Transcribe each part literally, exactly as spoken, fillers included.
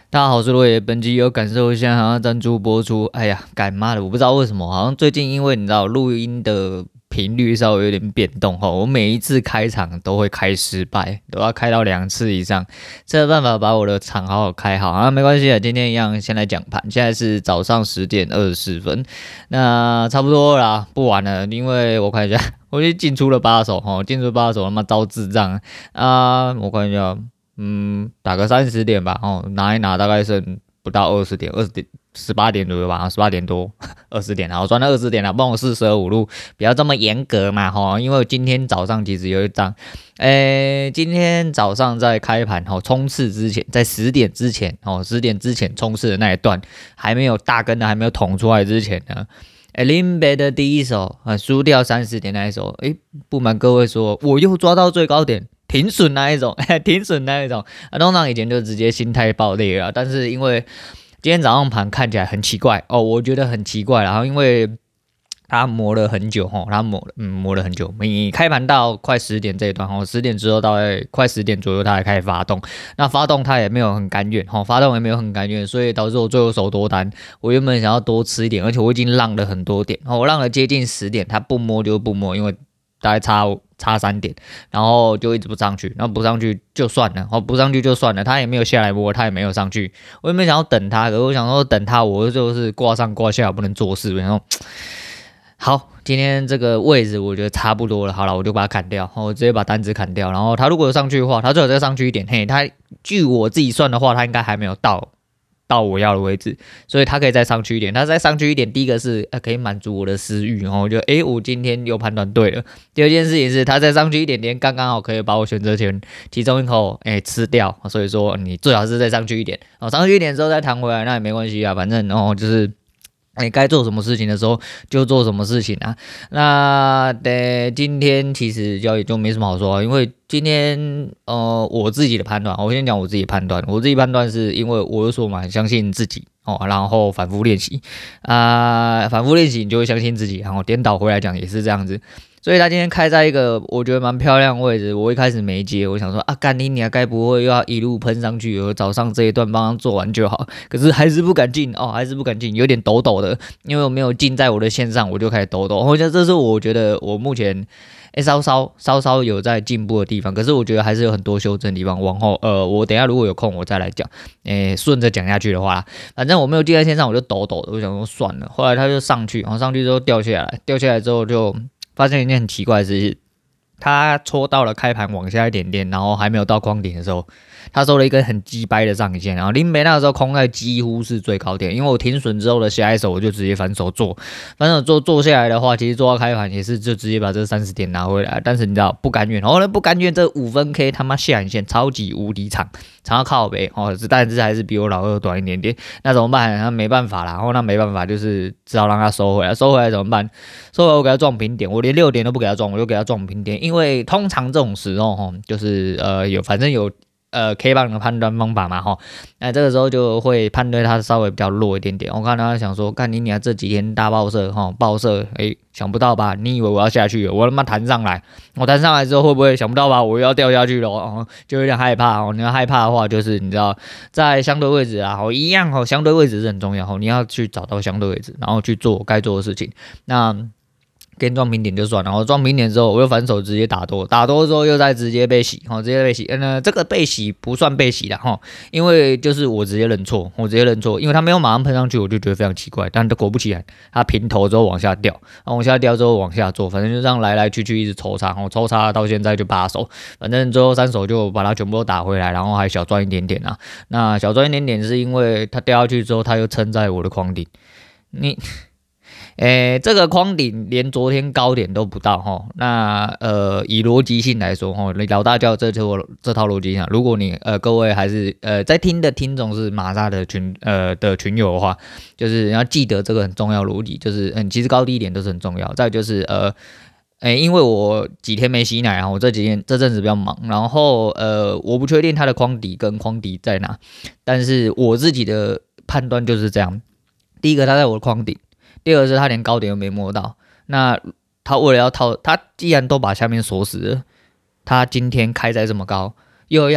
大家好，我是罗野。本集有感受一下，好像赞助播出。哎呀，干妈的，我不知道为什么，好像最近因为你知道录音的频率稍微有点变动哈，我每一次开场都会开失败，都要开到两次以上，才有办法把我的场好好开好啊。没关系啊，今天一样先来讲盘。现在是早上十点二十四分，那差不多啦，不玩了，因为我看一下，我就进出了八手哈，进出八手他妈招智障啊！我看一下。嗯，打个三十点吧，哦，拿一拿大概剩不到二十点，二十点十八点左右吧，十八点多，二十点，好，赚到二十点了，帮我四舍五入，不要这么严格嘛，哈，因为今天早上其实有一张，诶，今天早上在开盘哈冲刺之前，在十点之前，哦，十点之前冲刺的那一段还没有大根的，还没有捅出来之前呢。林北的第一手啊，输掉三十点那一手，诶，不瞒各位说，我又抓到最高点。停损那一种，停损那一种，啊，通常以前就直接心态爆裂了，但是因为今天早上盘看起来很奇怪哦，我觉得很奇怪，然后因为它磨了很久哈，它磨嗯磨了很久，你开盘到快十点这一段哈，十点之后到快十点左右它才开始发动，那发动它也没有很甘愿哈，发动也没有很甘愿，所以导致我最后手多单，我原本想要多吃一点，而且我已经浪了很多点，我浪了接近十点，它不摸就不摸，因为大概差差三点，然后就一直不上去，然后不上去就算了，哦不上去就算了，他也没有下来摸，他也没有上去，我也没想要等他，可是我想说等他，我就是挂上挂下不能做事，然后好，今天这个位置我觉得差不多了，好了，我就把它砍掉，我直接把单子砍掉，然后他如果有上去的话，他最好再上去一点，嘿，他据我自己算的话，他应该还没有到。到我要的位置，所以它可以再上去一点。它再上去一点，第一个是呃可以满足我的私欲，然后我就诶，我今天又判断对了。第二件事情是，它再上去一点点，刚刚好可以把我选择权其中一口诶吃掉。所以说你最好是再上去一点，哦，上去一点之后再弹回来，那也没关系啊，反正然后就是。你该做什么事情的时候就做什么事情啊。那的今天其实交易就没什么好说，因为今天呃我自己的判断，我先讲我自己的判断，我自己判断是因为我有说嘛，很相信自己哦，然后反复练习啊、呃，反复练习你就会相信自己，然后颠倒回来讲也是这样子。所以他今天开在一个我觉得蛮漂亮的位置，我一开始没接，我想说啊，干你娘，该不会又要一路喷上去？我早上这一段帮他做完就好，可是还是不敢进哦，还是不敢进，有点抖抖的，因为我没有进在我的线上，我就开始抖抖。我觉得这是我觉得我目前诶稍稍稍稍有在进步的地方，可是我觉得还是有很多修正的地方。往后呃，我等一下如果有空我再来讲，诶顺着讲下去的话啦，反正我没有进在线上，我就抖抖的，我想说算了。后来他就上去，然后上去之后掉下来，掉下来之后就。发现一件很奇怪的事情，他戳到了开盘往下一点点，然后还没有到框顶的时候，他收了一根很鸡掰的上影线，然后林北那个时候空在几乎是最高点，因为我停损之后的下一手我就直接反手做，反手做做下来的话，其实做到开盘也是就直接把这三十点拿回来，但是你知道不甘愿，然后呢不甘愿这五分 K 他妈下影线超级无敌长，长到靠北哦，但是还是比我老二短一点点，那怎么办？那没办法啦，然后那没办法就是只好让他收回来，收回来怎么办？收回来我给他撞平点，我连六点都不给他撞，我就给他撞平点，因为通常这种时候哈，就是呃有反正有。呃 K 棒的判断方法嘛哈，那这个时候就会判断它稍微比较弱一点点。我看他想说，看你俩这几天大爆射哈，爆射，哎，想不到吧？你以为我要下去了？我他妈弹上来，我弹上来之后会不会想不到吧？我又要掉下去了哦，就有点害怕哦。你要害怕的话，就是你知道在相对位置啊，哦一样哦，相对位置是很重要哦，你要去找到相对位置，然后去做该做的事情。那跟撞平点就算了，然后撞平点之后，我又反手直接打多，打多之后又再直接被洗，哦，直接被洗。嗯，这个被洗不算被洗的哈，因为就是我直接认错，我直接认错，因为他没有马上喷上去，我就觉得非常奇怪。但果不其然，他平头之后往下掉，往下掉之后往下做，反正就这样来来去去一直抽插，我抽插到现在就八手，反正最后三手就把它全部都打回来，然后还小赚一点点啊。那小赚一点点是因为他掉下去之后，他又撑在我的框顶，你。诶，这个框顶连昨天高点都不到哈，那呃以逻辑性来说哈，老大教这套这套逻辑上，如果你呃各位还是呃在听的听众是玛莎的群呃的群友的话，就是要记得这个很重要逻辑，就是嗯其实高低点都是很重要，再就是呃。诶，因为我几天没洗奶啊，我这几天这阵子比较忙，然后呃，我不确定它的框底跟框底在哪，但是我自己的判断就是这样。第一个，它在我的框顶。第二个是他连高点都没摸到，那他为了要套，他既然都把下面锁死了，他今天开在这么高，又要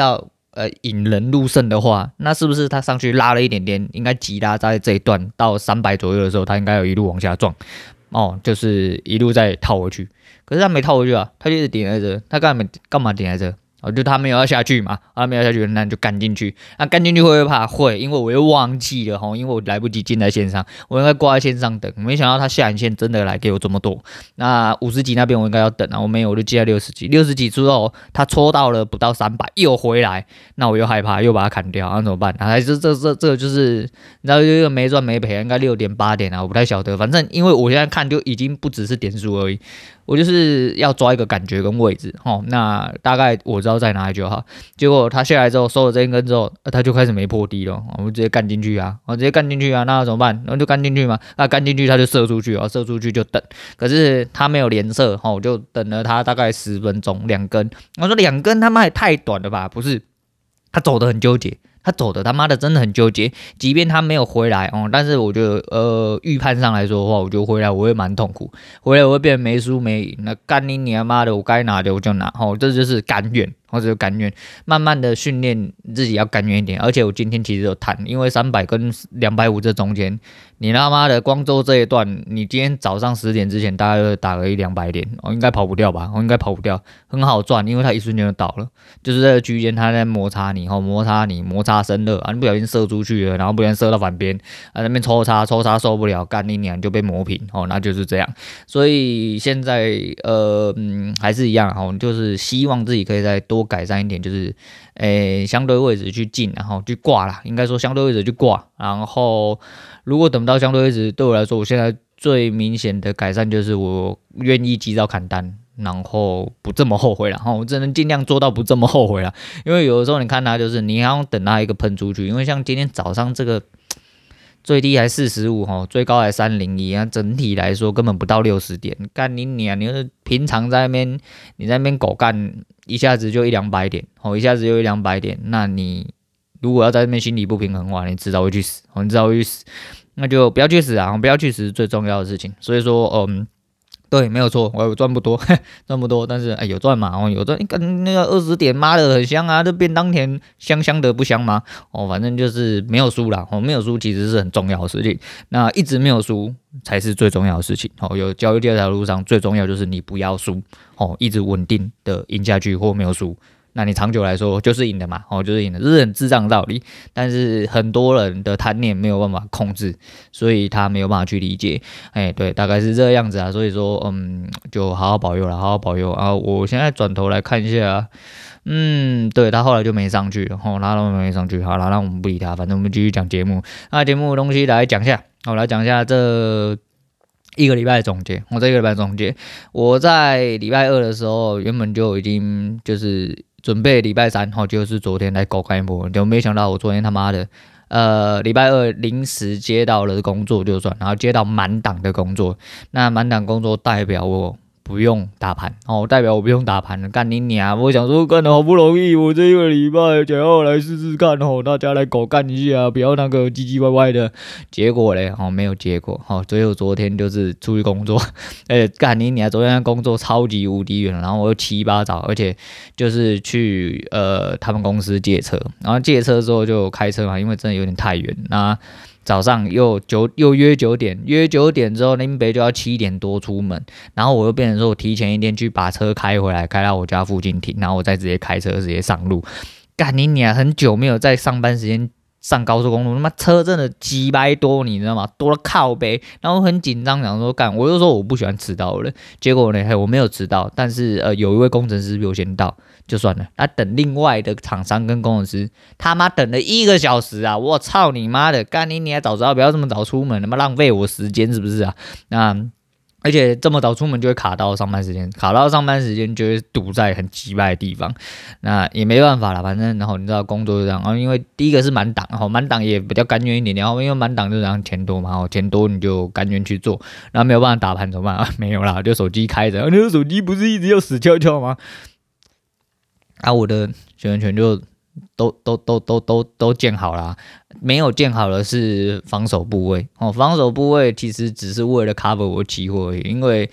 呃引人入胜的话，那是不是他上去拉了一点点，应该急拉在这一段到三百左右的时候，他应该有一路往下撞，哦，就是一路再套回去。可是他没套回去啊，他就一直顶在这，他干嘛干嘛顶在这？哦，就他没有要下去嘛，他没有下去，那就干进去。那干进去会不会怕？会，因为我又忘记了吼，因为我来不及进在线上，我应该挂在线上等。没想到他下影线真的来给我这么多。那五十级那边我应该要等啊，我没有，我就记在六十级。六十级之后，他戳到了不到三百，又回来，那我又害怕，又把它砍掉，那怎么办？啊，这这这这就是你知道，这个没赚没赔，应该六点八点啊，我不太晓得。反正因为我现在看就已经不只是点数而已。我就是要抓一个感觉跟位置，哦，那大概我知道在哪里就好。结果他下来之后收了这一根之后，呃、他就开始没破低了，我们直接干进去啊，我直接干进去啊，那怎么办？然后就干进去嘛，那干进去他就射出去啊，射出去就等。可是他没有连射，哦，我就等了他大概十分钟，两根。我说两根他妈也太短了吧？不是，他走得很纠结。他走的他妈的真的很纠结，即便他没有回来哦，但是我觉得呃预判上来说的话，我觉得回来我会蛮痛苦，回来我会变成没输没赢，那干你你他妈的，我该拿的我就拿，哦，这就是甘愿。或者甘愿，慢慢的训练自己要甘愿一点。而且我今天其实有谈，因为三百跟两百五这中间，你他妈的光州这一段，你今天早上十点之前大概就打个一两百点，我、哦、应该跑不掉吧？我、哦、应该跑不掉，很好赚，因为它一瞬间就倒了，就是这个区间它在摩擦你，哦，摩擦你，摩擦生热啊，你不小心射出去了，然后不小心射到反边，啊那边抽插抽插受不了，干你娘就被磨平，哦，那就是这样。所以现在呃嗯还是一样，哦，就是希望自己可以再多。多改善一点，就是诶相对位置去进，然后去挂啦，应该说相对位置去挂。然后如果等不到相对位置，对我来说，我现在最明显的改善就是我愿意及早砍单，然后不这么后悔了。哈，我只能尽量做到不这么后悔了。因为有的时候你看它就是你还要等它一个喷出去，因为像今天早上这个。最低还四十五吼，最高还三零一啊，整体来说根本不到六十点，干你娘！你是平常在那边，你在那边狗干，一下子就一两百点，哦，一下子就一两百点，那你如果要在那边心理不平衡的话，你迟早会去死，哦，你迟早会去死，那就不要去死啊，不要去死是最重要的事情。所以说，嗯。对，没有错，我赚不多，赚不多，但是哎有赚嘛，哦有赚，跟那个二十点妈的很香啊，这便当甜香香的不香吗？哦，反正就是没有输啦，哦没有输其实是很重要的事情，那一直没有输才是最重要的事情。哦，有交易这条路上最重要就是你不要输，哦一直稳定的赢下去或没有输。那你长久来说就是赢的嘛，哦，就是赢的，这是很智障的道理。但是很多人的贪念没有办法控制，所以他没有办法去理解。哎，对，大概是这个样子啊。所以说，嗯，就好好保佑了，好好保佑啊！我现在转头来看一下，嗯，对他后来就没上去了，哦，他都没上去。好了，让我们不理他，反正我们继续讲节目。那节目的东西来讲一下，我来讲一下这。一个礼拜的总结，我这一个礼拜总结，我在礼拜二的时候原本就已经就是准备礼拜三，就是昨天来搞开播，就没想到我昨天他妈的，呃，礼拜二临时接到了工作就算，然后接到满档的工作，那满档工作代表我。不用打盘哦，代表我不用打盘了，干你娘！我想说干的好不容易，我这一个礼拜想要来试试看哦，大家来狗干一下，不要那个唧唧歪歪的。结果嘞，哦，没有结果，哦，最后昨天就是出去工作，哎，干你娘！昨天工作超级无敌远，然后我又七八早，而且就是去呃他们公司借车，然后借车之后就开车嘛，因为真的有点太远，那。早上又九又约九点，约九点之后林北就要七点多出门，然后我又变成说我提前一天去把车开回来，开到我家附近停，然后我再直接开车直接上路。干你娘！很久没有在上班时间上高速公路，他妈车真的几百多，你知道吗？多了靠背，然后很紧张，想说干，我就说我不喜欢迟到了，结果呢，我没有迟到，但是呃有一位工程师比我先到。就算了，那、啊、等另外的厂商跟工程师，他妈等了一个小时啊！我操你妈的，干你你还早知道不要这么早出门，他妈浪费我时间是不是啊？那而且这么早出门就会卡到上班时间，卡到上班时间就会堵在很急败的地方，那也没办法了，反正然后你知道工作就这样，然后因为第一个是满档，然后满档也比较甘愿一点，然后因为满档就这样钱多嘛，钱多你就甘愿去做，然后没有办法打盘怎么办啊？没有啦，就手机开着，那个手机不是一直要死翘翘吗？啊，我的选择权就都都都都都都建好了，没有建好的是防守部位哦。防守部位其实只是为了 cover 我期货而已，因为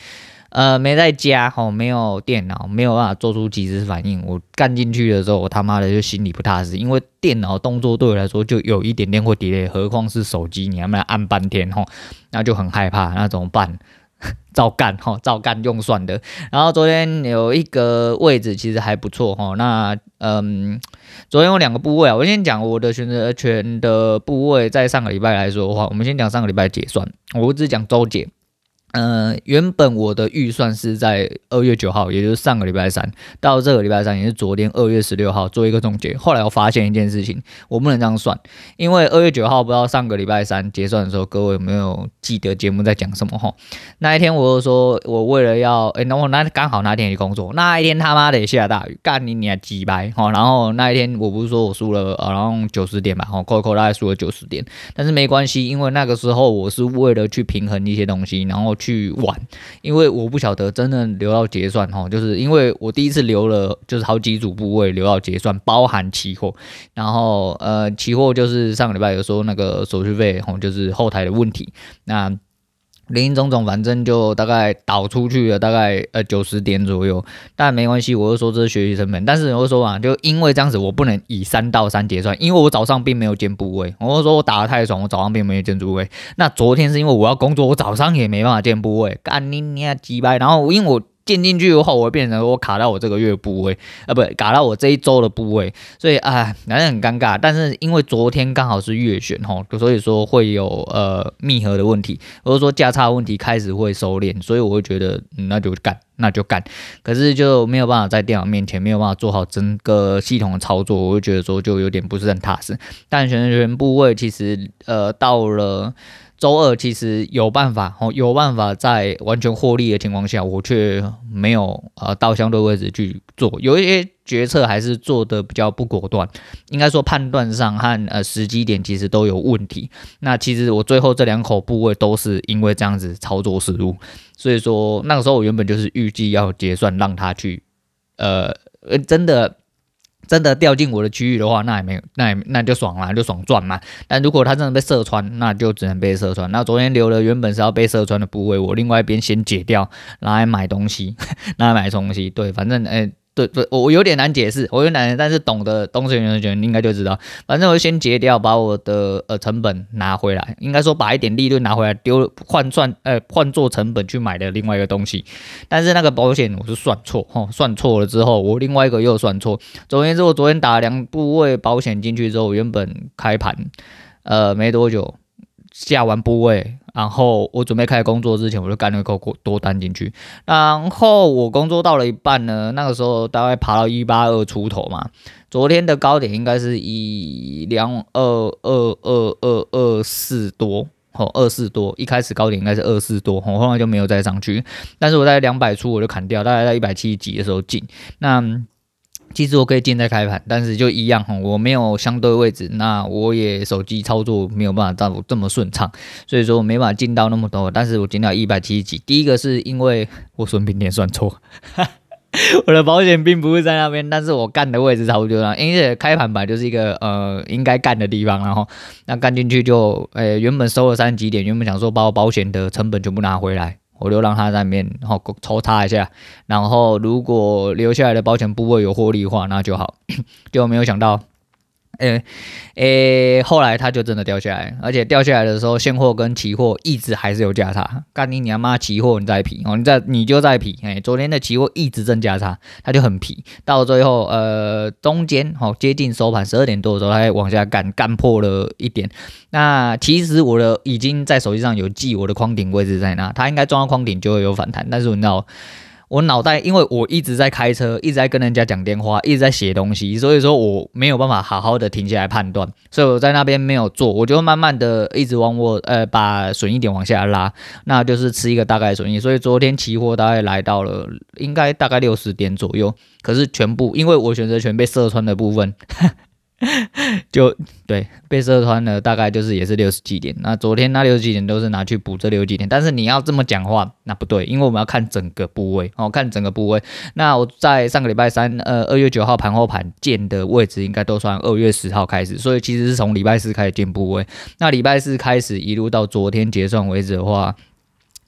呃，没在家吼，没有电脑，没有办法做出即时反应。我干进去的时候，我他妈的就心里不踏实，因为电脑动作对我来说就有一点点会 delay， 何况是手机，你还没按半天吼，那就很害怕，那怎么办？照干哈，照干用算的。然后昨天有一个位置其实还不错哈，那嗯，昨天有两个部位啊，我先讲我的选择权的部位，在上个礼拜来说的话，我们先讲上个礼拜结算，我只讲周结。呃，原本我的预算是在二月九号，也就是上个礼拜三，到这个礼拜三，也是昨天二月十六号做一个总结。后来我发现一件事情，我不能这样算，因为二月九号不知道上个礼拜三结算的时候，各位有没有记得节目在讲什么？吼，那一天我就说我为了要，哎、欸，那我那刚好那天去工作，那一天他妈的下大雨，干你你还鸡掰，吼，然后那一天我不是说我输了，呃，然后九十点吧，吼，扣扣大概输了九十点，但是没关系，因为那个时候我是为了去平衡一些东西，然后去玩，因为我不晓得真的留到结算哈，就是因为我第一次留了就是好几组部位留到结算，包含期货，然后呃期货就是上个礼拜有说那个手续费哈，就是后台的问题，那林林总总，反正就大概导出去了，大概呃九十点左右，但没关系，我就说这是学习成本。但是我就说啊，就因为这样子，我不能以三到三结算，因为我早上并没有建部位。我就说我打得太爽，我早上并没有建部位。那昨天是因为我要工作，我早上也没办法建部位，干你娘鸡掰！然后因为我建进去以后，我会变成我卡到我这个月的部位，啊不，卡到我这一周的部位，所以啊，反正很尴尬。但是因为昨天刚好是月选吼，所以说会有呃密合的问题，或者说价差问题开始会收敛，所以我会觉得、嗯、那就干。那就干，可是就没有办法在电脑面前没有办法做好整个系统的操作，我就觉得说就有点不是很踏实。但选择权部位其实呃到了周二，其实有办法哦，有办法在完全获利的情况下，我却没有呃到相对位置去做，有一些决策还是做的比较不果断，应该说判断上和呃时机点其实都有问题。那其实我最后这两口部位都是因为这样子操作失误。所以说那个时候我原本就是预计要结算，让他去，呃，真的真的掉进我的区域的话，那也没有，那也那就爽了，就爽赚嘛。但如果他真的被射穿，那就只能被射穿。那昨天留了原本是要被射穿的部位，我另外一边先解掉，拿来买东西，拿来买东西。对，反正诶。欸对对，我有点难解释，我有点难，但是懂得东西的人应该就知道。反正我就先结掉，把我的呃成本拿回来，应该说把一点利润拿回来，丢换算呃换做成本去买的另外一个东西。但是那个保险我是算错，吼，算错了之后，我另外一个又算错。总而言之，我昨天打了两部位保险进去之后，我原本开盘呃没多久下完部位。然后我准备开始工作之前，我就干了一口多单进去。然后我工作到了一半呢，那个时候大概爬到一八二出头嘛。昨天的高点应该是一两二二二二二四多，哦，二四多。一开始高点应该是二四多，后来就没有再上去。但是我在两百出我就砍掉，大概在一百七十几的时候进。那其实我可以进在开盘，但是就一样，我没有相对位置，那我也手机操作没有办法到这么顺畅，所以说我没办法进到那么多，但是我进到一百七十几。第一个是因为我损平点算错，我的保险并不是在那边，但是我干的位置差不多啦，因为开盘本来就是一个呃应该干的地方，然后那干进去就，诶、欸、原本收了三十几点，原本想说把我保险的成本全部拿回来。我就让他在那边，然后抽插一下，然后如果留下来的保险部位有获利的话，那就好。就没有想到，诶、欸、诶、欸，后来它就真的掉下来，而且掉下来的时候，现货跟期货一直还是有价差。干你娘妈，期货你在皮哦，你在你就在皮。哎，昨天的期货一直正价差，它就很皮。到最后，呃，中间哦接近收盘十二点多的时候，它往下干，干破了一点。那其实我的已经在手机上有记我的框顶位置在哪，它应该撞到框顶就会有反弹，但是我知道。我脑袋，因为我一直在开车，一直在跟人家讲电话，一直在写东西，所以说我没有办法好好的停下来判断，所以我在那边没有做，我就慢慢的一直往我呃把损益点往下拉，那就是吃一个大概损益，所以昨天期货大概来到了应该大概六十点左右，可是全部因为我选择权被射穿的部分。就对被射穿了，大概就是也是六十几点。那昨天那六十几点都是拿去补这六十几点，但是你要这么讲话，那不对，因为我们要看整个部位哦，看整个部位。那我在上个礼拜三，呃，二月九号盘后盘建的位置应该都算二月十号开始，所以其实是从礼拜四开始建部位。那礼拜四开始一路到昨天结算为止的话。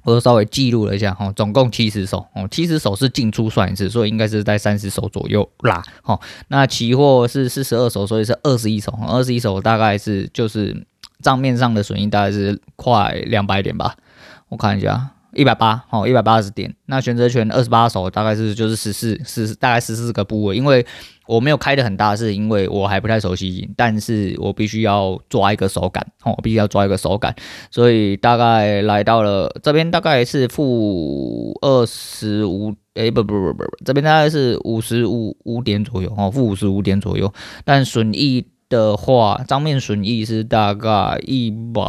我稍微记录了一下哈，总共七十手哦，七十手是进出算一次，所以应该是在三十手左右啦。哈，那期货是四十二手，所以是二十一手，二十一手大概是就是账面上的损益大概是快两百点吧，我看一下。一百八哦，一百八十点。那选择权二十八手大概是就是十四十大概十四个部位，因为我没有开的很大，是因为我还不太熟悉，但是我必须要抓一个手感哦，我必须要抓一个手感，所以大概来到了这边大概是负二十五，哎不不不不，这边大概是五十五五点左右哦，负五十五点左右，但损益的话，账面损益是大概一百。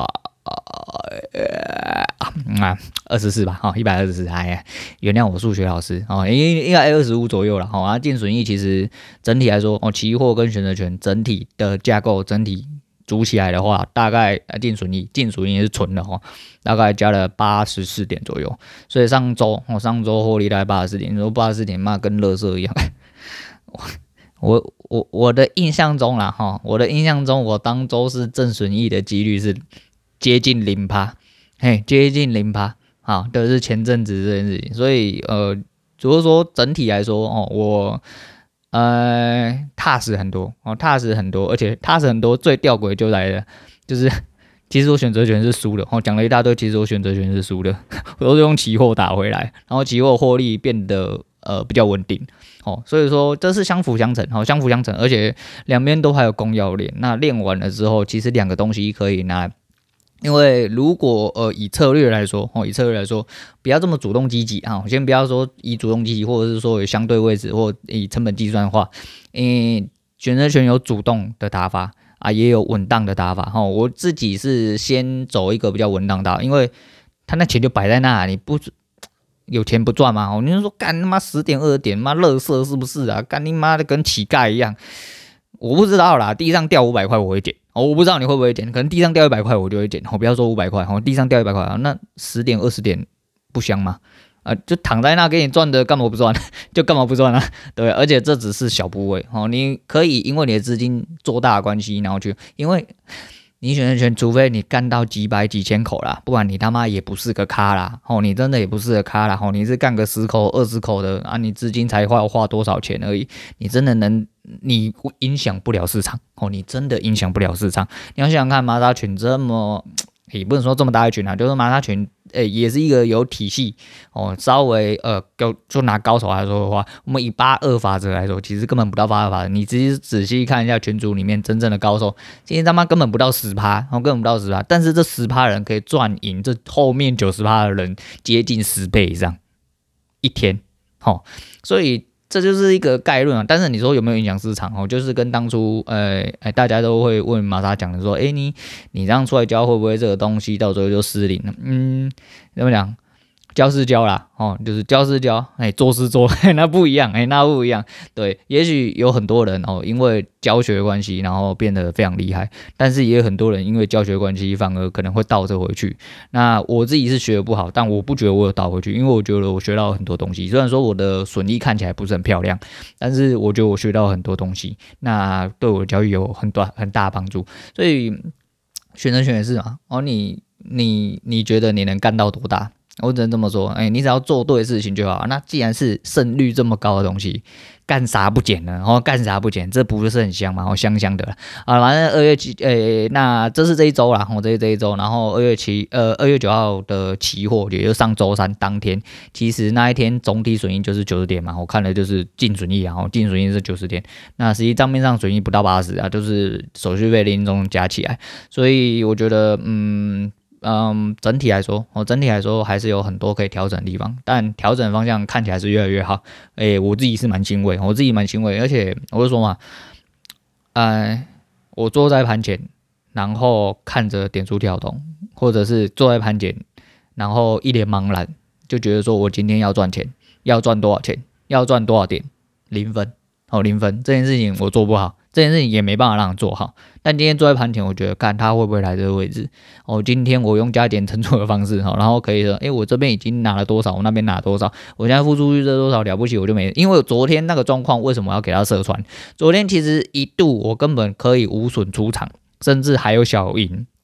呃啊，二十四吧，哈，一百二十四，哎呀，原谅我数学老师哦，应应该二十五左右了，哈。啊，净损益其实整体来说，哦，期货跟选择权整体的架构整体组起来的话，大概净损益净损益是纯的哈，大概加了八十四点左右，所以上周哦，上周获利大概八十四点，说八十四点嘛，跟垃圾一样。我我我的印象中啦，哈，我的印象中，我当周是正损益的几率是接近零趴。嘿，接近零趴，好，这是前阵子这件事情，所以呃，只是说整体来说哦，我呃踏实很多哦，踏实很多，而且踏实很多，最吊诡就来了，就是其实我选择权是输的，哦，讲了一大堆，其实我选择权是输的，我都是用期货打回来，然后期货获利变得呃比较稳定，哦，所以说这是相辅相成，哦，相辅相成，而且两边都还有公要练，那练完了之后，其实两个东西可以拿。因为如果呃以策略来说，哦以策略来说，不要这么主动积极啊，先不要说以主动积极，或者是说有相对位置，或以成本计算的话，因选择权有主动的打法啊，也有稳当的打法哈。我自己是先走一个比较稳当打，因为他那钱就摆在那，你不有钱不赚吗？哦，你就说干他妈十点二点，妈垃圾是不是啊？干你妈的跟乞丐一样。我不知道啦，地上掉五百块我会捡哦，我不知道你会不会捡，可能地上掉一百块我就会捡，我不要说五百块，哦，地上掉一百块，那十点二十点不香吗？啊、呃，就躺在那给你赚的，干嘛不赚？就干嘛不赚啊？对，而且这只是小部位哦，你可以因为你的资金做大的关系，然后去，因为你选择权，除非你干到几百几千口啦，不然你他妈也不是个咖啦，哦，你真的也不是个咖啦，哦，你是干个十口二十口的啊，你资金才花花多少钱而已，你真的能。你影响不了市场哦，你真的影响不了市场。你要想想看，马沙群这么，也不能说这么大一群啊，就是马沙群，诶、欸，也是一个有体系哦。稍微呃，就拿高手来说的话，我们以八二法则来说，其实根本不到八二法则。你仔细仔细看一下群组里面真正的高手，今天他妈根本不到十趴，哦，根本不到十趴。但是这十趴人可以赚赢这后面九十趴的人接近十倍以上一天，哦，所以。这就是一个概论啊，但是你说有没有影响市场哦？就是跟当初呃，哎，大家都会问玛莎讲的说，哎，你你这样出来教会不会这个东西到最后就失灵了？嗯，怎么讲？教是教啦，哦，就是教是教，哎，做是做，那不一样，哎，那不一样。对，也许有很多人哦，因为教学关系，然后变得非常厉害，但是也有很多人因为教学关系，反而可能会倒着回去。那我自己是学的不好，但我不觉得我有倒回去，因为我觉得我学到很多东西。虽然说我的损益看起来不是很漂亮，但是我觉得我学到很多东西，那对我的教育有很大很大的帮助。所以选择权也是嘛，哦，你你你觉得你能干到多大？我只能这么说，哎、欸，你只要做对事情就好。那既然是胜率这么高的东西，干啥不减呢？然后干啥不减？这不是很香吗？哦，香香的啊！反正二月七，诶、欸，那这是这一周啦，哦，这是这一周。然后二月七，呃，二月九号的期货，也就是上周三当天，其实那一天总体损益就是九十点嘛。我看了就是净损益啊，哦，净损益是九十点。那实际账面上损益不到八十啊，就是手续费零中加起来。所以我觉得，嗯。嗯，整体来说，哦，整体来说还是有很多可以调整的地方，但调整方向看起来是越来越好。诶、欸，我自己是蛮欣慰，我自己蛮欣慰，而且我就说嘛，呃，我坐在盘前，然后看着点数跳动，或者是坐在盘前，然后一脸茫然，就觉得说我今天要赚钱，要赚多少钱，要赚多少点，零分，哦，零分，这件事情我做不好。这件事情也没办法让人做好，但今天坐在盘前，我觉得看他会不会来这个位置。哦，今天我用加减乘除的方式，然后可以说，诶，我这边已经拿了多少，我那边拿了多少，我现在付出去这多少了不起，我就没。因为昨天那个状况，为什么要给他射穿？昨天其实一度我根本可以无损出场，甚至还有小赢。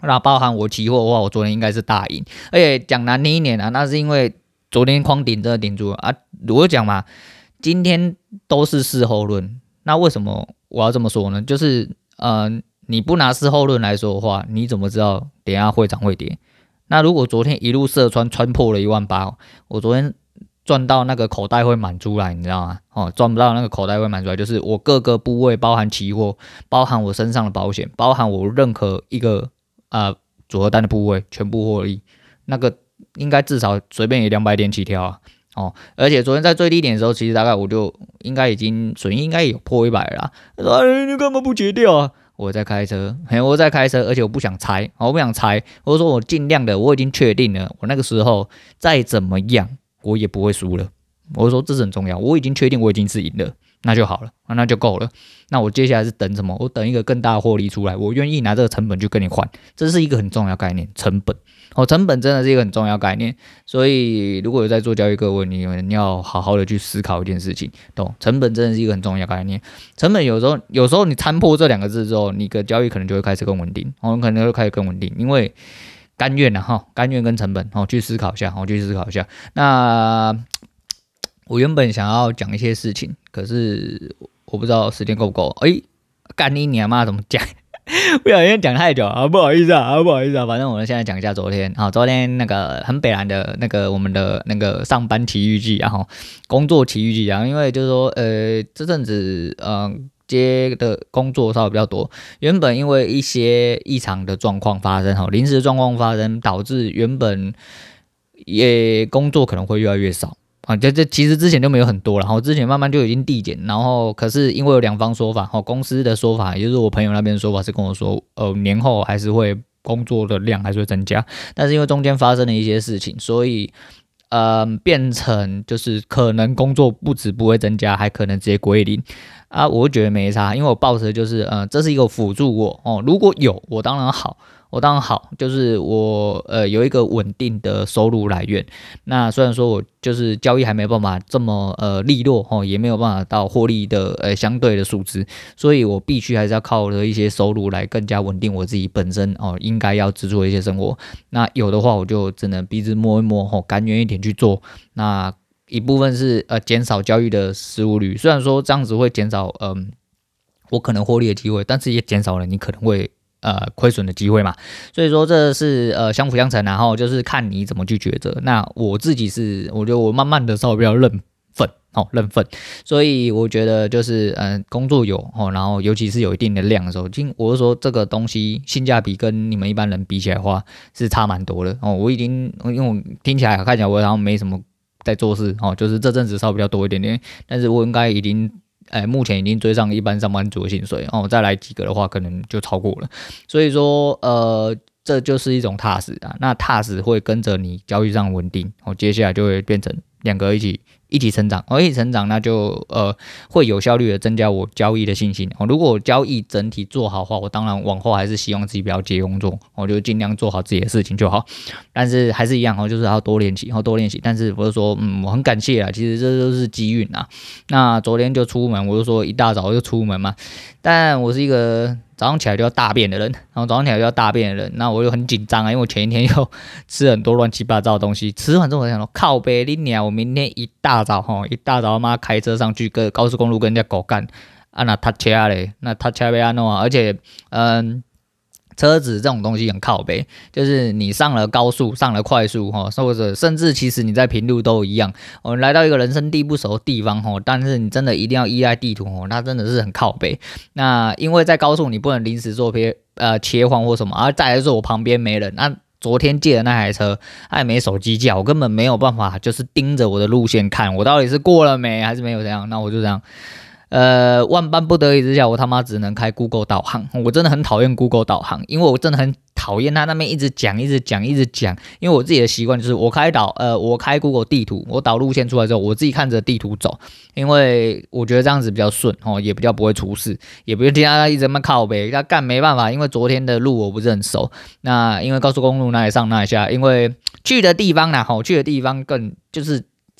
那包含我期货的话，我昨天应该是大赢，而且讲难听一点啊，那是因为昨天框顶真的顶住了啊。我讲嘛，今天都是事后论，那为什么我要这么说呢？就是呃，你不拿事后论来说的话，你怎么知道等一下会涨会跌？那如果昨天一路射穿穿破了一万八，我昨天赚到那个口袋会满出来，你知道吗？哦，赚不到那个口袋会满出来，就是我各个部位，包含期货，包含我身上的保险，包含我任何一个呃组合单的部位，全部获利，那个应该至少随便也两百点起跳啊。哦，而且昨天在最低点的时候，其实大概我就应该已经损益应该有破一百了啦。他说：“哎，你干嘛不结掉啊？”我在开车，嘿，我在开车，而且我不想猜，我不想猜，或者说我尽量的，我已经确定了，我那个时候再怎么样，我也不会输了。我说这是很重要，我已经确定我已经是赢了，那就好了，那就够了。那我接下来是等什么？我等一个更大的获利出来，我愿意拿这个成本去跟你换，这是一个很重要概念，成本。哦，成本真的是一个很重要概念，所以如果有在做交易各位，你们要好好的去思考一件事情，懂？成本真的是一个很重要概念。成本有时候，有时候你参破这两个字之后，你的交易可能就会开始更稳定，哦，可能会开始更稳定，因为甘愿啊，哈，甘愿跟成本，哦，去思考一下，哦，去思考一下。那我原本想要讲一些事情，可是我不知道时间够不够。哎、欸，干你娘妈怎么讲？不小心讲太久啊，不好意思啊，啊不好意思啊，反正我们现在讲一下昨天，好，昨天那个很北蓝的那个我们的那个上班奇遇记啊，哈，工作奇遇记啊，因为就是说，呃，这阵子，嗯、呃。接的工作稍微比较多，原本因为一些异常的状况发生，哈，临时状况发生，导致原本也工作可能会越来越少。啊，这这其实之前就没有很多了，然后之前慢慢就已经递减，然后可是因为有两方说法，哦，公司的说法，也就是我朋友那边的说法是跟我说，呃，年后还是会工作的量还是会增加，但是因为中间发生了一些事情，所以呃变成就是可能工作不止不会增加，还可能直接归零啊，我觉得没差，因为我抱持的就是呃这是一个辅助我哦，如果有我当然好。我当然好，就是我呃有一个稳定的收入来源。那虽然说我就是交易还没有办法这么呃利落哦，也没有办法到获利的呃相对的数值，所以我必须还是要靠着一些收入来更加稳定我自己本身哦应该要支出的一些生活。那有的话我就只能鼻子摸一摸哦，甘愿一点去做。那一部分是呃减少交易的失误率，虽然说这样子会减少嗯、呃、我可能获利的机会，但是也减少了你可能会。呃，亏损的机会嘛，所以说这是呃相辅相成，然后就是看你怎么去抉择。那我自己是，我觉得我慢慢的稍微比较认份哦，认份，所以我觉得就是嗯、呃，工作有哦，然后尤其是有一定的量的时候，今我是说这个东西性价比跟你们一般人比起来的话是差蛮多的哦。我已经因为我听起来看起来我好像没什么在做事哦，就是这阵子稍微比较多一点点，但是我应该已经。哎，目前已经追上一般上班族的薪水哦，再来几个的话，可能就超过了。所以说，呃，这就是一种踏实啊。那踏实会跟着你交易上稳定，哦，接下来就会变成两个一起一起成长，哦，一起成长，那就呃会有效率的增加我交易的信心。哦，如果我交易整体做好的话，我当然往后还是希望自己不要接工作，我就尽量做好自己的事情就好。但是还是一样哦，就是要多练习，要多练习。但是我就说，嗯，我很感谢啊，其实这都是机运啊。那昨天就出门，我就说一大早就出门嘛，但我是一个。早上起来就要大便的人，然后早上起来就要大便的人，那我就很紧张啊，因为我前一天又吃很多乱七八糟的东西，吃完之后我想说靠北你娘，我明天一大早吼，一大早他妈开车上去跟高速公路跟人家狗干，啊那他车嘞，那他车被安弄啊，而且嗯。车子这种东西很靠北，就是你上了高速、上了快速，或者甚至其实你在平路都一样。我们来到一个人生地不熟的地方，但是你真的一定要依赖地图，它真的是很靠北。那因为在高速你不能临时做切呃切换或什么，而再来说我旁边没人，那昨天借的那台车它也没手机架，我根本没有办法就是盯着我的路线看，我到底是过了没还是没有这样，那我就这样。呃，万般不得已之下，我他妈只能开 Google 导航。我真的很讨厌 Google 导航，因为我真的很讨厌他那边一直讲、一直讲、一直讲。因为我自己的习惯就是，我开导，呃，我开 Google 地图，我导路线出来之后，我自己看着地图走，因为我觉得这样子比较顺哦，也比较不会出事，也不用听他一直那么靠北。他干没办法，因为昨天的路我不是很熟。那因为高速公路哪里上哪里下，因为去的地方呢，吼，去的地方更就是。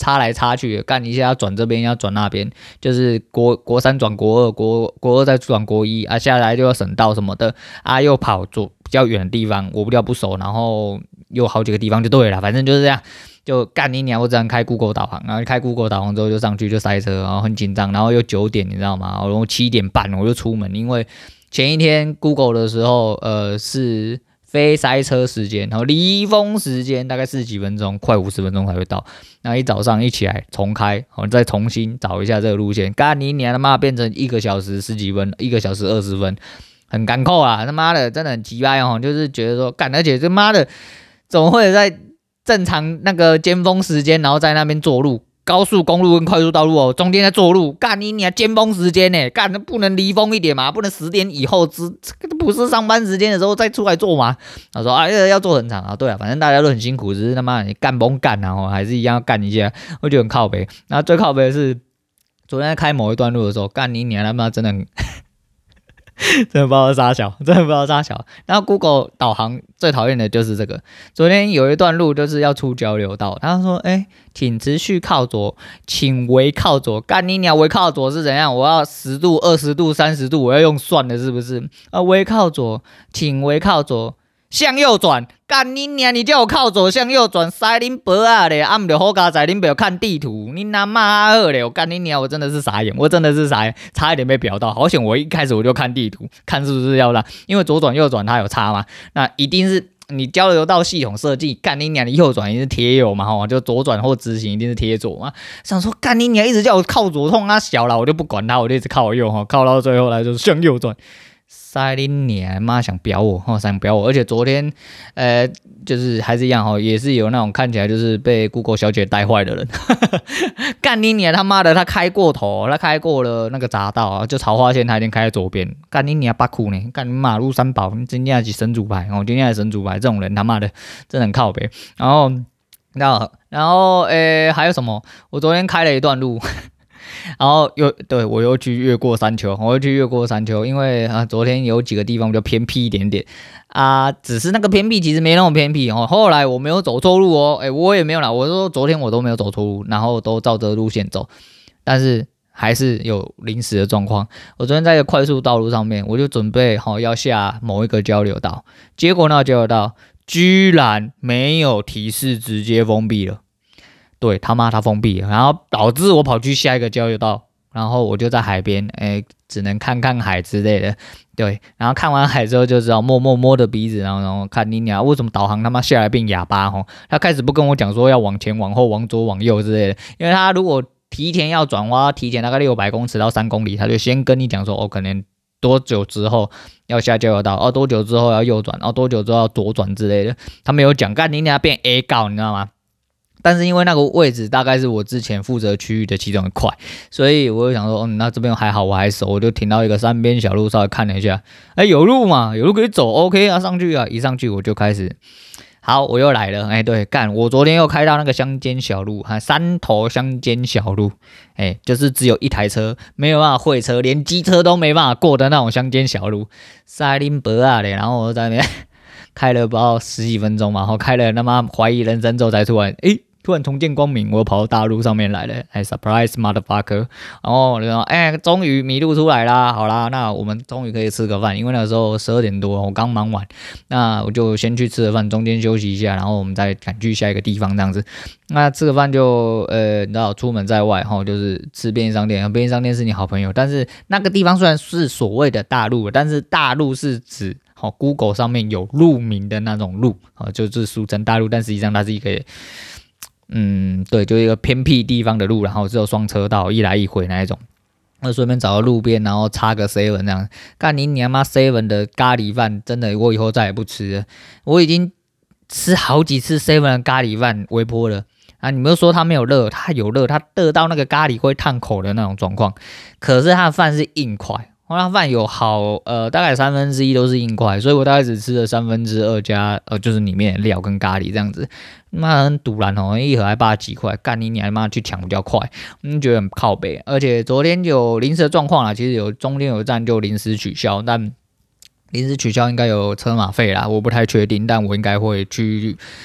插来插去的，干一下要转这边要转那边，就是国国三转国二，国国二再转国一啊，下来就要省道什么的啊，又跑左比较远的地方，我比较不熟，然后有好几个地方就对了，反正就是这样。就干你娘！我只能开 Google 导航，然后开 Google 导航之后就上去就塞车，然后很紧张，然后又九点，你知道吗？然后七点半我就出门，因为前一天 Google 的时候，呃是非塞车时间，然后离峰时间大概四十几分钟，快五十分钟才会到。然后一早上一起来重开，我再重新找一下这个路线，干你娘他妈变成一个小时十几分，一个小时二十分，很干扣啊！他妈的真的很鸡掰哦，就是觉得说干，而且这妈的怎么会在正常那个尖峰时间，然后在那边做路，高速公路跟快速道路哦，中间在做路，干你娘尖峰时间呢，干不能离峰一点嘛，不能十点以后之，这个不是上班时间的时候再出来做嘛？他说啊，要做很长啊，对啊，反正大家都很辛苦，只是他妈你干崩干啊，还是一样要干一下，我觉得很靠北。然后最靠北的是昨天在开某一段路的时候，干你娘他妈真的很。真的不知道啥小，真的不知道啥小。然后 Google 导航最讨厌的就是这个。昨天有一段路就是要出交流道，他说：“哎、欸，请持续靠左，请微靠左。”干你鸟，微靠左是怎样？我要十度、二十度、三十度，我要用算的，是不是？啊，微靠左，请微靠左。向右转，干你娘！你叫我靠左向右转，塞恁伯啊嘞！啊，唔就好加在恁伯看地图，你他妈好嘞！我干你娘！我真的是傻眼，我真的是傻眼，差一点被表到。好险，我一开始我就看地图，看是不是要让，因为左转右转它有差嘛，那一定是你交流道系统设计，干你娘！你右转一定是贴右嘛，吼，就左转或直行一定是贴左嘛。想说干你娘，一直叫我靠左，痛啊小了，我就不管他，我就一直靠右哈，靠到最后来就是向右转。塞林娘妈想表我，哦，想表我，而且昨天，呃，就是还是一样哈，也是有那种看起来就是被 Google 小姐带坏的人，干你娘他妈的，他开过头，他开过了那个匝道啊，就桃花线他已经开在左边，干你娘巴库呢，干马路三宝，真正是神主牌哦，真正是神主牌，这种人他妈的真的很靠北。然后，然后，然后，诶，还有什么？我昨天开了一段路。然后又对我又去越过山丘，我又去越过山丘，因为啊昨天有几个地方比较偏僻一点点啊，只是那个偏僻其实没那么偏僻哦。后来我没有走错路哦，哎我也没有啦，我说昨天我都没有走错路，然后都照着路线走，但是还是有临时的状况。我昨天在一个快速道路上面，我就准备好要下某一个交流道，结果那个交流道居然没有提示，直接封闭了。对他妈他封闭了，然后导致我跑去下一个交流道，然后我就在海边，哎，只能看看海之类的。对，然后看完海之后就知道，摸摸摸的鼻子，然后然后看你娘为什么导航他妈下来变哑巴吼？他开始不跟我讲说要往前、往后、往左、往右之类的，因为他如果提前要转弯，提前大概六百公尺到三公里，他就先跟你讲说，哦，可能多久之后要下交流道，哦，多久之后要右转，哦，多久之后要左转之类的，他没有讲，干你娘变 A 告，你知道吗？但是因为那个位置大概是我之前负责区域的其中一块，所以我就想说，嗯，那这边还好，我还熟，我就停到一个山边小路，稍微看了一下，哎，有路嘛，有路可以走 ，OK 啊，上去啊，一上去我就开始，好，我又来了，哎，对，干，我昨天又开到那个乡间小路，哈，山头乡间小路，哎，就是只有一台车，没有办法会车，连机车都没办法过的那种乡间小路，塞林伯啊嘞，然后我在那边开了不知道十几分钟嘛，然后开了他妈怀疑人生之后才突然，哎。突然重见光明，我跑到大路上面来了，哎 ，surprise motherfucker！ 然后我就说，哎，终于迷路出来啦，好啦，那我们终于可以吃个饭，因为那个时候十二点多，我刚忙完，那我就先去吃个饭，中间休息一下，然后我们再赶去下一个地方这样子。那吃个饭就，呃，你知道，出门在外哈，就是吃便利商店，便利商店是你好朋友，但是那个地方虽然是所谓的大路，但是大路是指。好 ，Google 上面有路名的那种路，啊，就是俗称大路，但实际上它是一个。嗯，对，就是一个偏僻地方的路，然后只有双车道，一来一回那一种。那顺便找到路边，然后插个 seven 这样。干你娘妈 seven 的咖喱饭，真的我以后再也不吃了。我已经吃好几次 seven 的咖喱饭微波了啊！你们说它没有热，它有热，它热到那个咖喱会烫口的那种状况。可是它的饭是硬块。那饭有好呃大概三分之一都是硬块，所以我大概只吃了三分之二加呃就是里面的料跟咖喱这样子，妈很堵然哦，一盒还八几块，干你你还妈去抢比较快，嗯觉得很靠北，而且昨天有临时的状况啦，其实有中间有一站就临时取消，但临时取消应该有车马费啦，我不太确定，但我应该会去。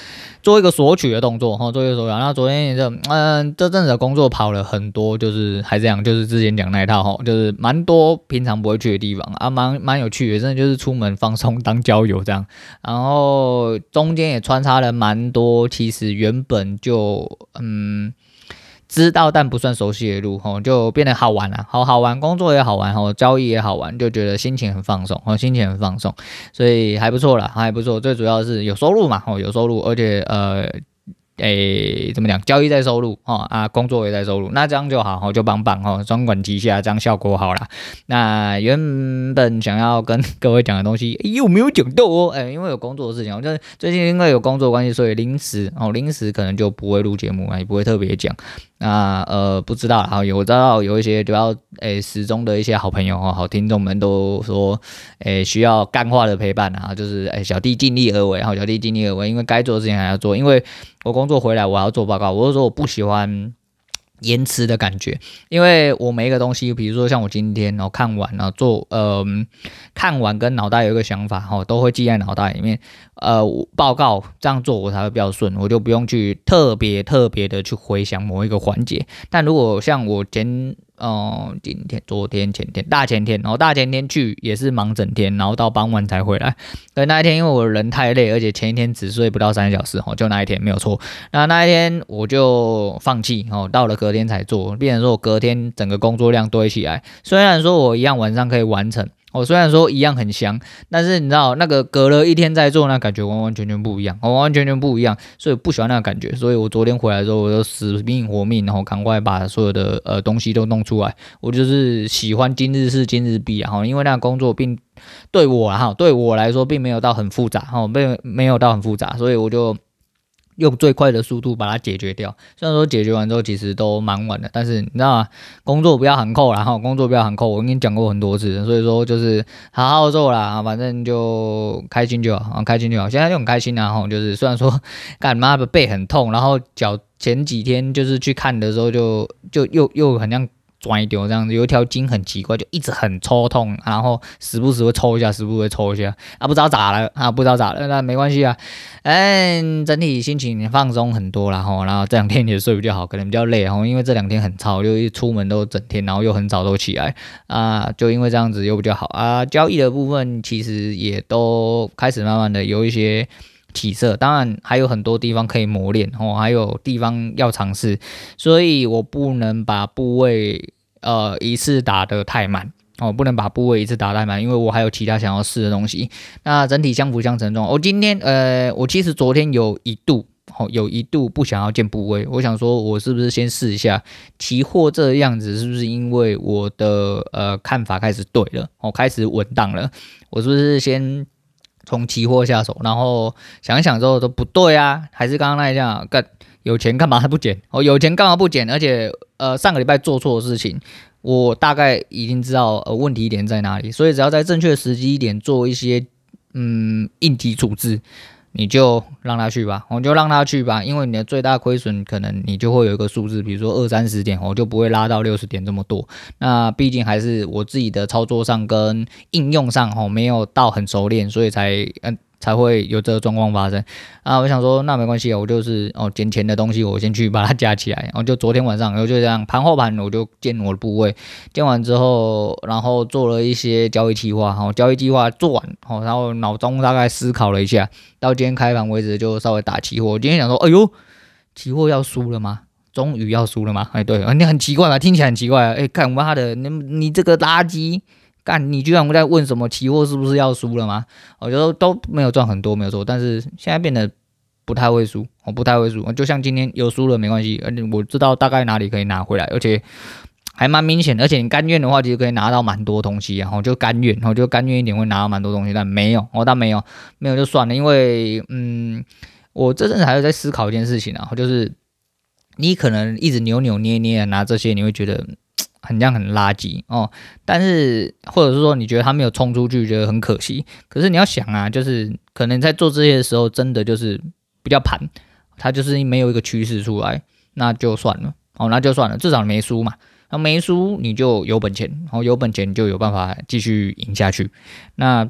做一个索取的动作，哈，做一个索取。然后昨天也是，嗯，这阵子的工作跑了很多，就是还这样，就是之前讲那一套，哈，就是蛮多平常不会去的地方啊，蛮蛮有趣的，真的就是出门放松当郊游这样。然后中间也穿插了蛮多，其实原本就嗯。知道但不算熟悉的路，吼，就变得好玩了、啊，好好玩，工作也好玩，吼，交易也好玩，就觉得心情很放松，吼，心情很放松，所以还不错啦，还不错。最主要是有收入嘛，吼，有收入，而且呃。诶，怎么讲？交易在收入哦啊，工作也在收入，那这样就好，就棒棒哦，双管齐下，这样效果好啦。那原本想要跟各位讲的东西，又没有讲到哦，诶，因为有工作的事情，就是最近因为有工作关系，所以临时哦，临时可能就不会录节目啊，也不会特别讲。那呃，不知道啦，有我知道有一些比较诶始终的一些好朋友哦，好听众们都说，诶需要干话的陪伴啊，就是诶小弟尽力而为，好，小弟尽力而为，因为该做的事情还要做，因为我工作回来我还要做报告，我就说我不喜欢延迟的感觉，因为我每一个东西，比如说像我今天然后看完然后做，呃，看完跟脑袋有一个想法，哦，都会记在脑袋里面，呃，报告这样做我才会比较顺，我就不用去特别特别的去回想某一个环节。但如果像我前哦、呃，今天、昨天、前天、大前天，然后大前天去也是忙整天，然后到傍晚才回来。对，那一天因为我人太累，而且前一天只睡不到三小时，哦，就那一天没有错。那那一天我就放弃，哦，到了隔天才做，变成说我隔天整个工作量堆起来。虽然说我一样晚上可以完成。我、哦、虽然说一样很香，但是你知道那个隔了一天再做，那感觉完完全全不一样，完完全全不一样，所以不喜欢那个感觉。所以我昨天回来的时候，我就死命活命，然后赶快把所有的呃东西都弄出来。我就是喜欢今日事今日毕啊，因为那个工作并对我哈，对我来说并没有到很复杂哈，没没有到很复杂，所以我就。用最快的速度把它解决掉。虽然说解决完之后其实都蛮晚的，但是你知道吗？工作不要含扣啦，哈，工作不要含扣，我跟你讲过很多次，所以说就是好好做啦，反正就开心就好，开心就好。现在就很开心啊，哈，就是虽然说干妈的背很痛，然后脚前几天就是去看的时候就就又又很像。转一丢这样子，有一条筋很奇怪，就一直很抽痛，然后时不时会抽一下，时不时会抽一下，啊，不知道咋了啊，不知道咋了，那没关系啊，嗯，整体心情放松很多啦吼，然后这两天也睡比较好，可能比较累吼，因为这两天很吵，就一出门都整天，然后又很早都起来啊，就因为这样子又比较好啊，交易的部分其实也都开始慢慢的有一些。起色，当然还有很多地方可以磨练哦，还有地方要尝试，所以我不能把部位呃一次打得太满哦，不能把部位一次打太满，因为我还有其他想要试的东西。那整体相辅相成中，我、哦、今天呃，我其实昨天有一度哦，有一度不想要建部位，我想说我是不是先试一下期货这样子，是不是因为我的呃看法开始对了，哦，开始稳当了，我是不是先。从期货下手，然后想一想之后都不对啊，还是刚刚那样，干有钱干嘛还不减？哦，有钱干嘛不减？而且呃，上个礼拜做错的事情，我大概已经知道呃问题点在哪里，所以只要在正确的时机点做一些嗯应急处置。你就让他去吧，我就让他去吧，因为你的最大亏损可能你就会有一个数字，比如说二三十点，我就不会拉到六十点这么多。那毕竟还是我自己的操作上跟应用上哦没有到很熟练，所以才嗯。才会有这个状况发生啊！我想说，那没关系啊，我就是哦，捡钱的东西我先去把它加起来，然后就昨天晚上，然后就这样盘后盘我就建我的部位，建完之后，然后做了一些交易计划，好，交易计划做完，好，然后脑中大概思考了一下，到今天开盘为止就稍微打期货。我今天想说，哎呦，期货要输了吗？终于要输了吗？哎，对，你很奇怪吧？听起来很奇怪啊！哎，干妈的，你你这个垃圾！干，你居然在问什么期货是不是要输了吗？我觉得都没有赚很多，没有错，但是现在变得不太会输，我不太会输，就像今天有输了没关系，而且我知道大概哪里可以拿回来，而且还蛮明显的，而且你甘愿的话，其实可以拿到蛮多东西，然后就甘愿，然后就甘愿一点会拿到蛮多东西，但没有，哦，但没有，没有就算了，因为嗯，我这阵子还有在思考一件事情啊，就是你可能一直扭扭捏捏的拿这些，你会觉得。很像很垃圾哦，但是或者是说你觉得他没有冲出去，觉得很可惜。可是你要想啊，就是可能在做这些的时候，真的就是比较盘，它就是没有一个趋势出来，那就算了哦，那就算了，至少没输嘛。那没输你就有本钱，然后有本钱就有办法继续赢下去。那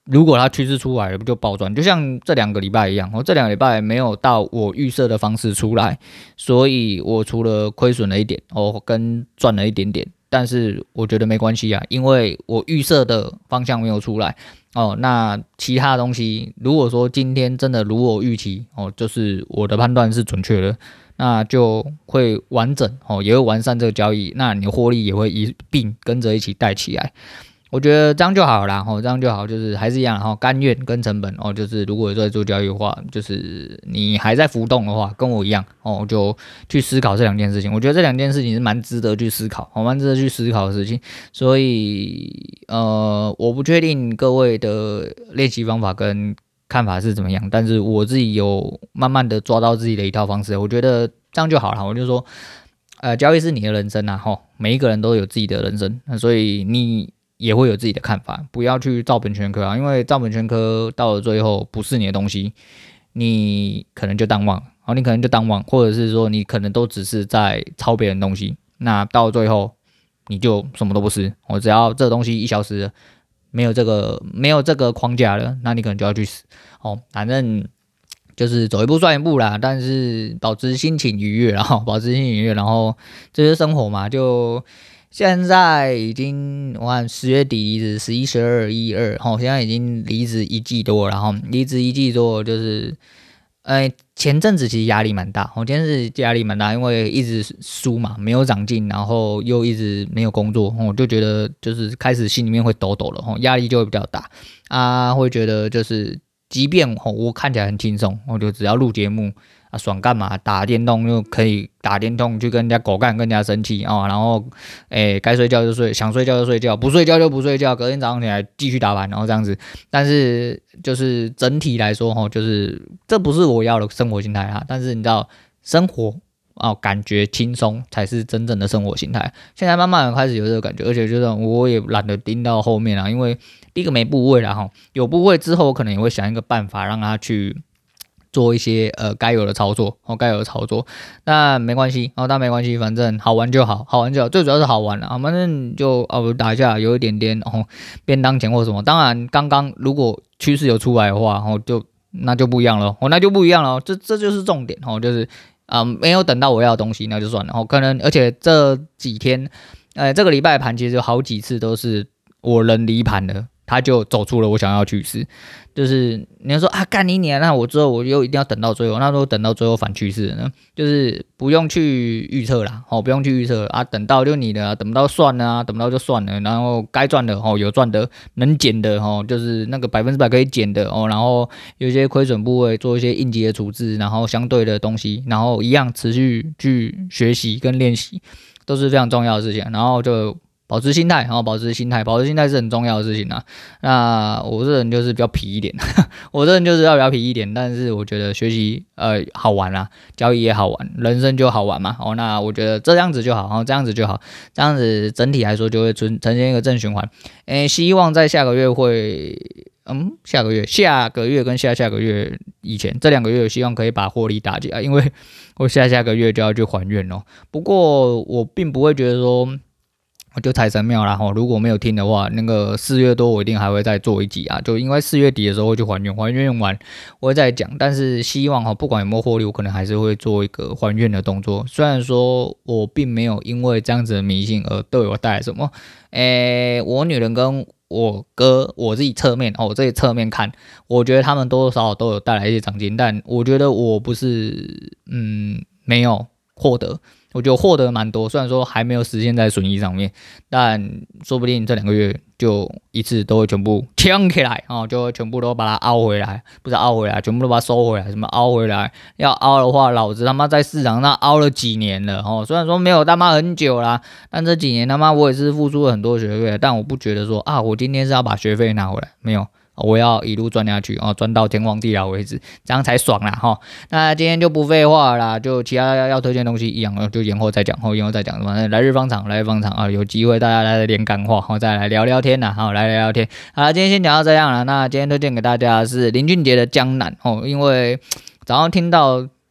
如果它趋势出来了，不就暴赚？就像这两个礼拜一样，我这两个礼拜没有到我预设的方式出来，所以我除了亏损了一点，哦，跟赚了一点点，但是我觉得没关系啊，因为我预设的方向没有出来。哦，那其他东西，如果说今天真的如我预期，哦，就是我的判断是准确的，那就会完整，哦，也会完善这个交易，那你的获利也会一并跟着一起带起来。我觉得这样就好啦，吼，这样就好，就是还是一样，吼，甘愿跟成本，哦，就是如果在做交易的话，就是你还在浮动的话，跟我一样，哦，就去思考这两件事情。我觉得这两件事情是蛮值得去思考，哦，蛮值得去思考的事情。所以，呃，我不确定各位的练习方法跟看法是怎么样，但是我自己有慢慢的抓到自己的一套方式，我觉得这样就好了。我就说，呃，交易是你的人生啊，吼，每一个人都有自己的人生，那所以你也会有自己的看法，不要去照本宣科啊，因为照本宣科到了最后不是你的东西，你可能就淡忘，好，你可能就淡忘，或者是说你可能都只是在抄别人东西，那到了最后你就什么都不是，我只要这个东西一消失了，没有这个没有这个框架了，那你可能就要去死，哦，反正就是走一步算一步啦，但是保持心情愉悦，然后保持心情愉悦，然后这就是生活嘛，就。现在已经我看十月底离职，十一、十二、一二，吼，现在已经离职一季多了，然后离职一季多就是，呃，前阵子其实压力蛮大，我今天是压力蛮大，因为一直输嘛，没有长进，然后又一直没有工作，我就觉得就是开始心里面会抖抖了，吼，压力就会比较大啊，会觉得就是，即便吼我看起来很轻松，我就只要录节目。啊，爽干嘛？打电动就可以打电动，去跟人家狗干，跟人家生气啊、哦，然后，诶，该睡觉就睡，想睡觉就睡觉，不睡觉就不睡觉，隔天早上起来继续打牌，然后这样子。但是就是整体来说，哈，就是这不是我要的生活心态啊。但是你知道，生活哦，感觉轻松才是真正的生活心态。现在慢慢的开始有这个感觉，而且就是我也懒得盯到后面了，因为第一个没部位了哈，有部位之后，我可能也会想一个办法让他去。做一些呃该有的操作，哦该有的操作，那没关系，哦但没关系，反正好玩就好，好玩就好，最主要是好玩了啊，反正就哦打一下有一点点哦便当钱或什么，当然刚刚如果趋势有出来的话，哦就那就不一样了，哦那就不一样了，这这就是重点哦，就是啊、呃、没有等到我要的东西那就算了，哦可能而且这几天呃这个礼拜盘其实有好几次都是我人离盘了。他就走出了我想要趋势，就是你要说啊干你娘，那我之后我又一定要等到最后，那如果等到最后反趋势呢，就是不用去预测啦，哦不用去预测啊，等到就你的、啊，等不到算了啊，等不到就算了，然后该赚的哦有赚的，能减的哦就是那个百分之百可以减的哦，然后有一些亏损部位做一些应急的处置，然后相对的东西，然后一样持续去学习跟练习，都是非常重要的事情，然后就。保持心态，然后保持心态，保持心态是很重要的事情啊。那我这人就是比较皮一点，我这人就是要比较皮一点，但是我觉得学习呃好玩啦，交易也好玩，人生就好玩嘛。哦，那我觉得这样子就好，哦这样子就好，这样子整体来说就会呈呈现一个正循环。诶，希望在下个月会。嗯，下个月、下个月跟下下个月以前这两个月，希望可以把获利打起来，因为我下下个月就要去还愿哦。不过我并不会觉得说。我就财神庙啦吼，如果没有听的话，那个四月多我一定还会再做一集啊，就因为四月底的时候会去还愿，还愿完我会再讲，但是希望哈，不管有没有获利，我可能还是会做一个还愿的动作。虽然说我并没有因为这样子的迷信而对我带来什么，诶，我女人跟我哥我自己侧面哦，我自己侧面看，我觉得他们多多少少都有带来一些长进，但我觉得我不是嗯没有获得。我觉得获得蛮多，虽然说还没有实现在损益上面，但说不定这两个月就一次都会全部抢起来哦，就会全部都把它凹回来，不是凹回来，全部都把它收回来，什么凹回来？要凹的话，老子他妈在市场上凹了几年了哦，虽然说没有他妈很久啦，但这几年他妈我也是付出了很多学费，但我不觉得说啊，我今天是要把学费拿回来，没有。我要一路赚下去哦，赚到天荒地老为止，这样才爽啦哈。那今天就不废话啦，就其他要推荐的东西一样，就延后再讲，后延后再讲。反正来日方长，来日方长啊，有机会大家来练干话，好再来聊聊天啦，好来聊聊天。好，今天先讲到这样了。那今天推荐给大家的是林俊杰的《江南》哦，因为早上听到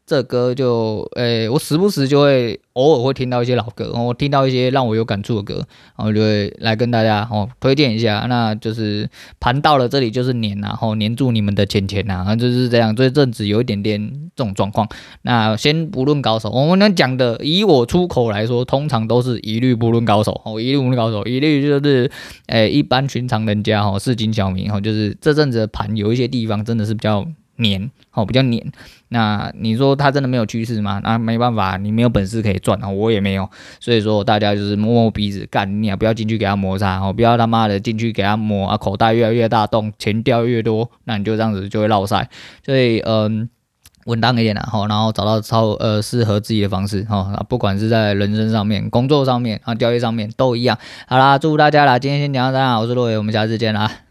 这歌就，诶、欸，我时不时就会偶尔会听到一些老歌，我听到一些让我有感触的歌，然后就会来跟大家哦推荐一下。那就是盘到了这里就是黏呐，吼黏住你们的钱钱呐，就是这样。这阵子有一点点这种状况。那先不论高手，我们能讲的，以我出口来说，通常都是一律不论高手，哦，一律不论高手，一律就是，诶、欸，一般寻常人家吼市井小民吼，就是这阵子的盘有一些地方真的是比较黏，哦，比较黏。那你说他真的没有趋势吗？那没办法，你没有本事可以赚啊，我也没有，所以说大家就是摸摸鼻子干，你也不要进去给他摩擦哦，不要他妈的进去给他磨啊，口袋越来越大洞，钱掉越多，那你就这样子就会落塞，所以嗯。稳当一点啦，吼，然后找到超呃适合自己的方式，吼，不管是在人生上面、工作上面啊、交易上面都一样。好啦，祝大家啦，今天先讲到这啦，我是洛伟，我们下次见啦。